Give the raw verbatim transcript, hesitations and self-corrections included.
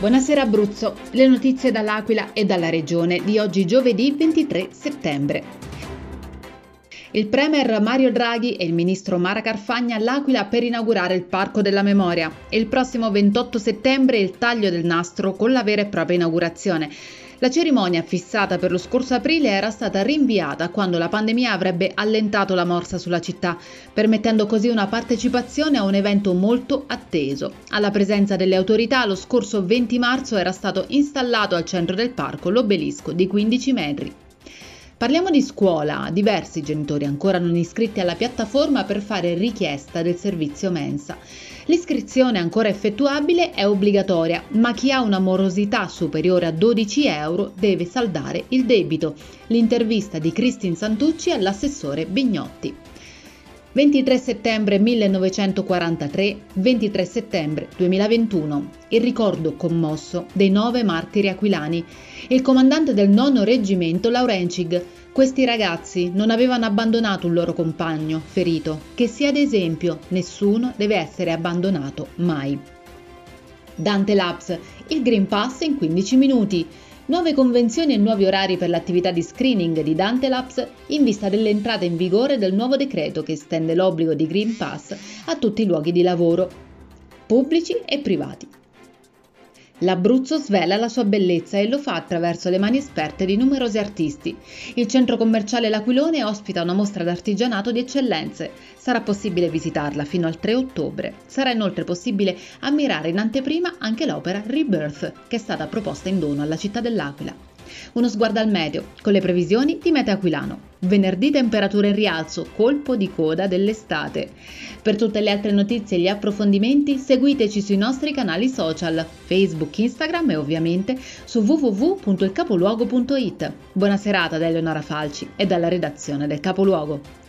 Buonasera Abruzzo, le notizie dall'Aquila e dalla regione di oggi giovedì ventitré settembre. Il premier Mario Draghi e il ministro Mara Carfagna all'Aquila per inaugurare il Parco della Memoria e il prossimo ventotto settembre il taglio del nastro con la vera e propria inaugurazione. La cerimonia fissata per lo scorso aprile era stata rinviata quando la pandemia avrebbe allentato la morsa sulla città, permettendo così una partecipazione a un evento molto atteso. Alla presenza delle autorità, lo scorso venti marzo era stato installato al centro del parco l'obelisco di quindici metri. Parliamo di scuola, diversi genitori ancora non iscritti alla piattaforma per fare richiesta del servizio mensa. L'iscrizione ancora effettuabile è obbligatoria, ma chi ha una morosità superiore a dodici euro deve saldare il debito. L'intervista di Cristin Santucci all'assessore Bignotti. ventitré settembre millenovecentoquarantatré, ventitré settembre duemilaventuno. Il ricordo commosso dei nove martiri aquilani. Il comandante del nono reggimento Laurencig. Questi ragazzi non avevano abbandonato un loro compagno ferito, che sia ad esempio nessuno deve essere abbandonato mai. Dante Labs, il Green Pass in quindici minuti. Nuove convenzioni e nuovi orari per l'attività di screening di Dante Labs in vista dell'entrata in vigore del nuovo decreto che estende l'obbligo di Green Pass a tutti i luoghi di lavoro, pubblici e privati. L'Abruzzo svela la sua bellezza e lo fa attraverso le mani esperte di numerosi artisti. Il centro commerciale L'Aquilone ospita una mostra d'artigianato di eccellenze. Sarà possibile visitarla fino al tre ottobre. Sarà inoltre possibile ammirare in anteprima anche l'opera Rebirth, che è stata proposta in dono alla città dell'Aquila. Uno sguardo al meteo, con le previsioni di Meteo Aquilano. Venerdì temperature in rialzo, colpo di coda dell'estate. Per tutte le altre notizie e gli approfondimenti seguiteci sui nostri canali social, Facebook, Instagram e ovviamente su w w w punto il capoluogo punto it. Buona serata da Eleonora Falci e dalla redazione del Capoluogo.